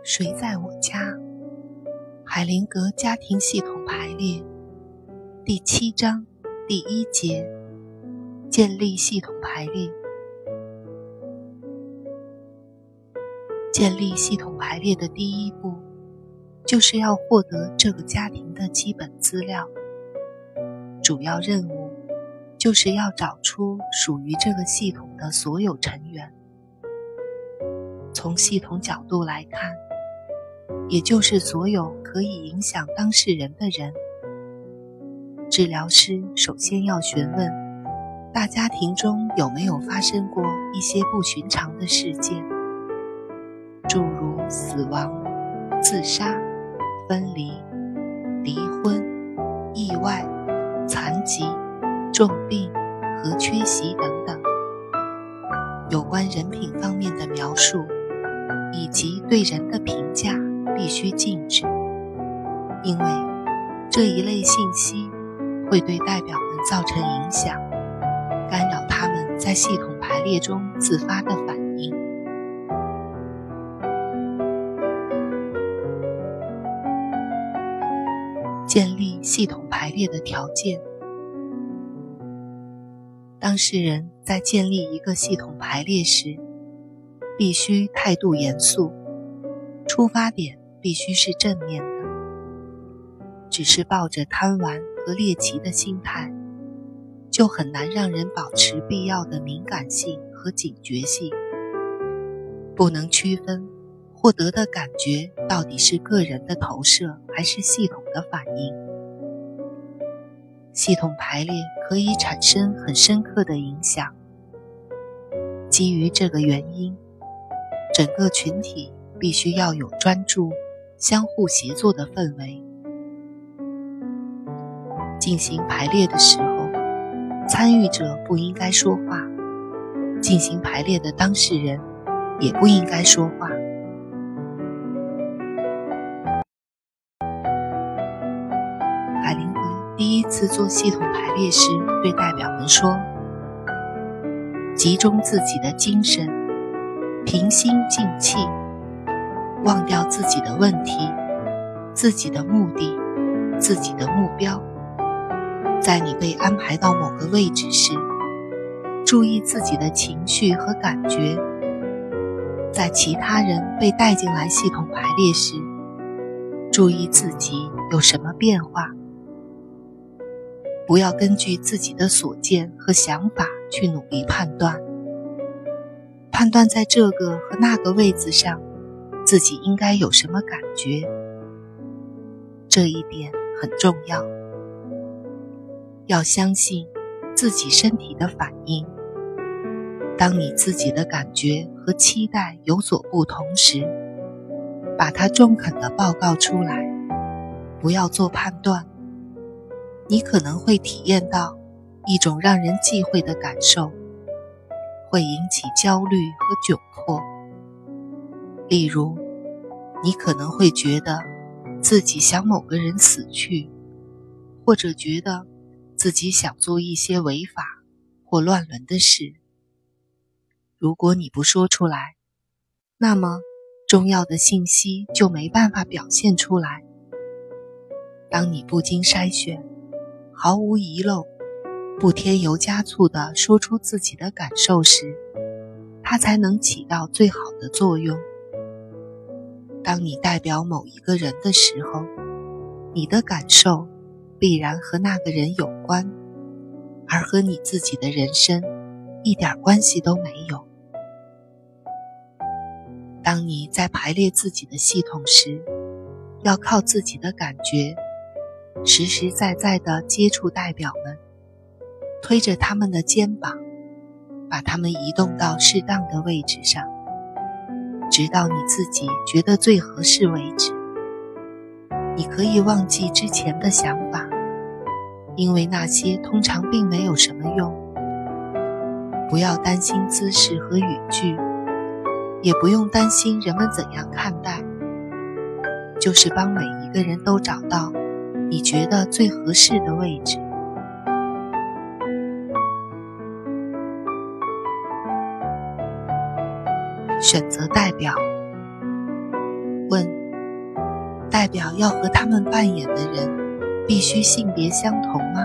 谁在我家？海灵格家庭系统排列第7章第1节，建立系统排列。建立系统排列的第一步，就是要获得这个家庭的基本资料。主要任务就是要找出属于这个系统的所有成员。从系统角度来看，也就是所有可以影响当事人的人。治疗师首先要询问大家庭中有没有发生过一些不寻常的事件，诸如死亡、自杀、分离、离婚、意外、残疾、重病和缺席等等。有关人品方面的描述以及对人的评价必须禁止，因为这一类信息会对代表们造成影响，干扰他们在系统排列中自发的反应。建立系统排列的条件。当事人在建立一个系统排列时，必须态度严肃，出发点必须是正面的。只是抱着贪玩和猎奇的心态，就很难让人保持必要的敏感性和警觉性。不能区分获得的感觉到底是个人的投射还是系统的反应。系统排列可以产生很深刻的影响。基于这个原因，整个群体必须要有专注、相互协作的氛围。进行排列的时候，参与者不应该说话，进行排列的当事人也不应该说话。海灵格第一次做系统排列时对代表们说，集中自己的精神，平心静气，忘掉自己的问题、自己的目的、自己的目标。在你被安排到某个位置时，注意自己的情绪和感觉。在其他人被带进来系统排列时，注意自己有什么变化。不要根据自己的所见和想法去努力判断在这个和那个位子上自己应该有什么感觉。这一点很重要。要相信自己身体的反应。当你自己的感觉和期待有所不同时，把它中肯地报告出来，不要做判断。你可能会体验到一种让人忌讳的感受，会引起焦虑和窘迫。例如，你可能会觉得自己想某个人死去，或者觉得自己想做一些违法或乱伦的事。如果你不说出来，那么重要的信息就没办法表现出来。当你不经筛选，毫无遗漏，不添油加醋地说出自己的感受时，它才能起到最好的作用。当你代表某一个人的时候，你的感受必然和那个人有关，而和你自己的人生一点关系都没有。当你在排列自己的系统时，要靠自己的感觉，实实在在地接触代表们，推着他们的肩膀，把他们移动到适当的位置上，直到你自己觉得最合适为止。你可以忘记之前的想法，因为那些通常并没有什么用。不要担心姿势和语句，也不用担心人们怎样看待，就是帮每一个人都找到你觉得最合适的位置。选择代表。问： 代表要和他们扮演的人必须性别相同吗？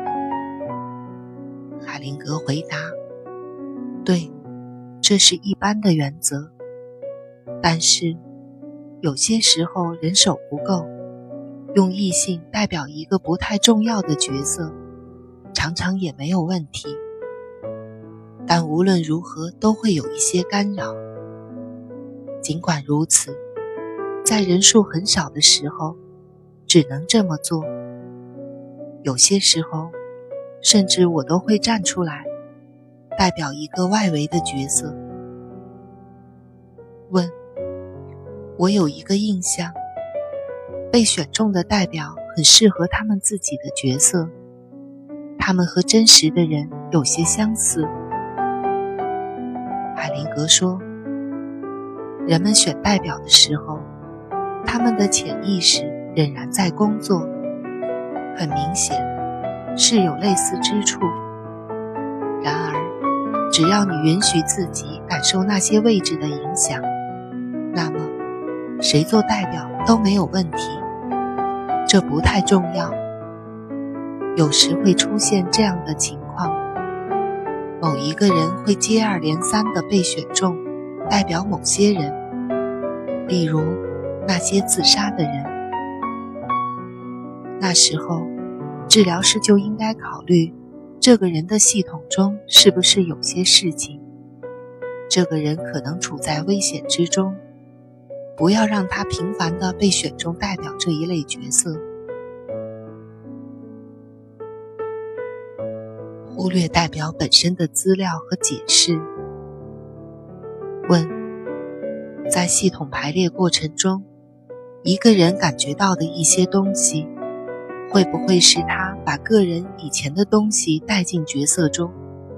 海灵格回答，对，这是一般的原则，但是有些时候人手不够，用异性代表一个不太重要的角色，常常也没有问题。但无论如何都会有一些干扰。尽管如此，在人数很少的时候，只能这么做。有些时候，甚至我都会站出来，代表一个外围的角色。问：我有一个印象，被选中的代表很适合他们自己的角色，他们和真实的人有些相似。海灵格说，人们选代表的时候，他们的潜意识仍然在工作，很明显是有类似之处。然而，只要你允许自己感受那些位置的影响，那么谁做代表都没有问题。这不太重要。有时会出现这样的情况，某一个人会接二连三地被选中，代表某些人，例如那些自杀的人。那时候，治疗师就应该考虑，这个人的系统中是不是有些事情，这个人可能处在危险之中，不要让他频繁地被选中代表这一类角色。忽略代表本身的资料和解释。问：在系统排列过程中，一个人感觉到的一些东西，会不会是他把个人以前的东西带进角色中？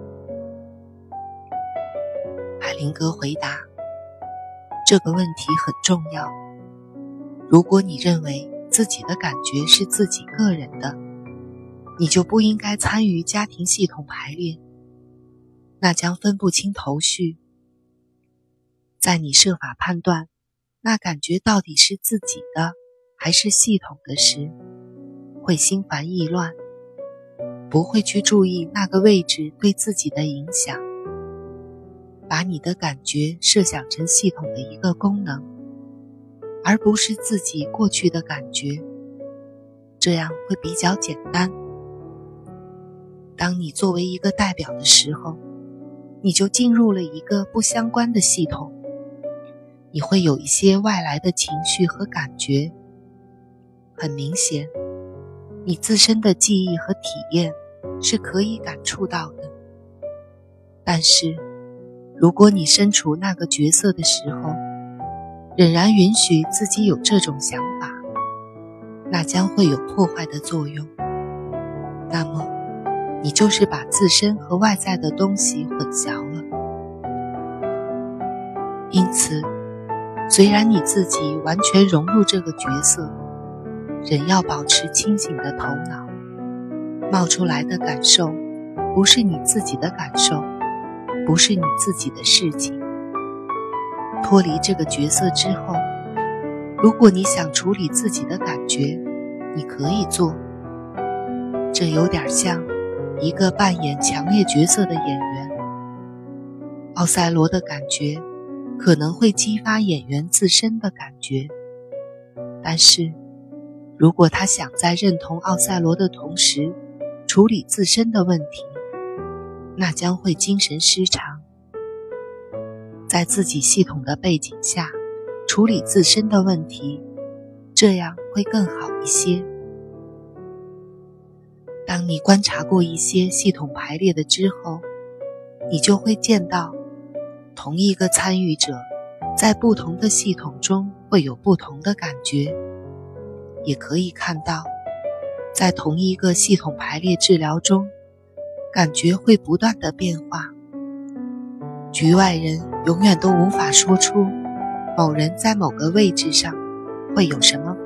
海灵格回答，这个问题很重要。如果你认为自己的感觉是自己个人的，你就不应该参与家庭系统排列，那将分不清头绪。在你设法判断那感觉到底是自己的还是系统的时，会心烦意乱，不会去注意那个位置对自己的影响，把你的感觉设想成系统的一个功能，而不是自己过去的感觉，这样会比较简单。当你作为一个代表的时候，你就进入了一个不相关的系统，你会有一些外来的情绪和感觉。很明显，你自身的记忆和体验是可以感触到的。但是，如果你身处那个角色的时候，仍然允许自己有这种想法，那将会有破坏的作用。那么，你就是把自身和外在的东西混淆了。因此，虽然你自己完全融入这个角色，仍要保持清醒的头脑。冒出来的感受不是你自己的感受，不是你自己的事情。脱离这个角色之后，如果你想处理自己的感觉，你可以做。这有点像一个扮演强烈角色的演员。奥赛罗的感觉可能会激发演员自身的感觉，但是如果他想在认同奥赛罗的同时处理自身的问题，那将会精神失常。在自己系统的背景下处理自身的问题，这样会更好一些。当你观察过一些系统排列的之后，你就会见到同一个参与者在不同的系统中会有不同的感觉，也可以看到在同一个系统排列治疗中，感觉会不断的变化。局外人永远都无法说出某人在某个位置上会有什么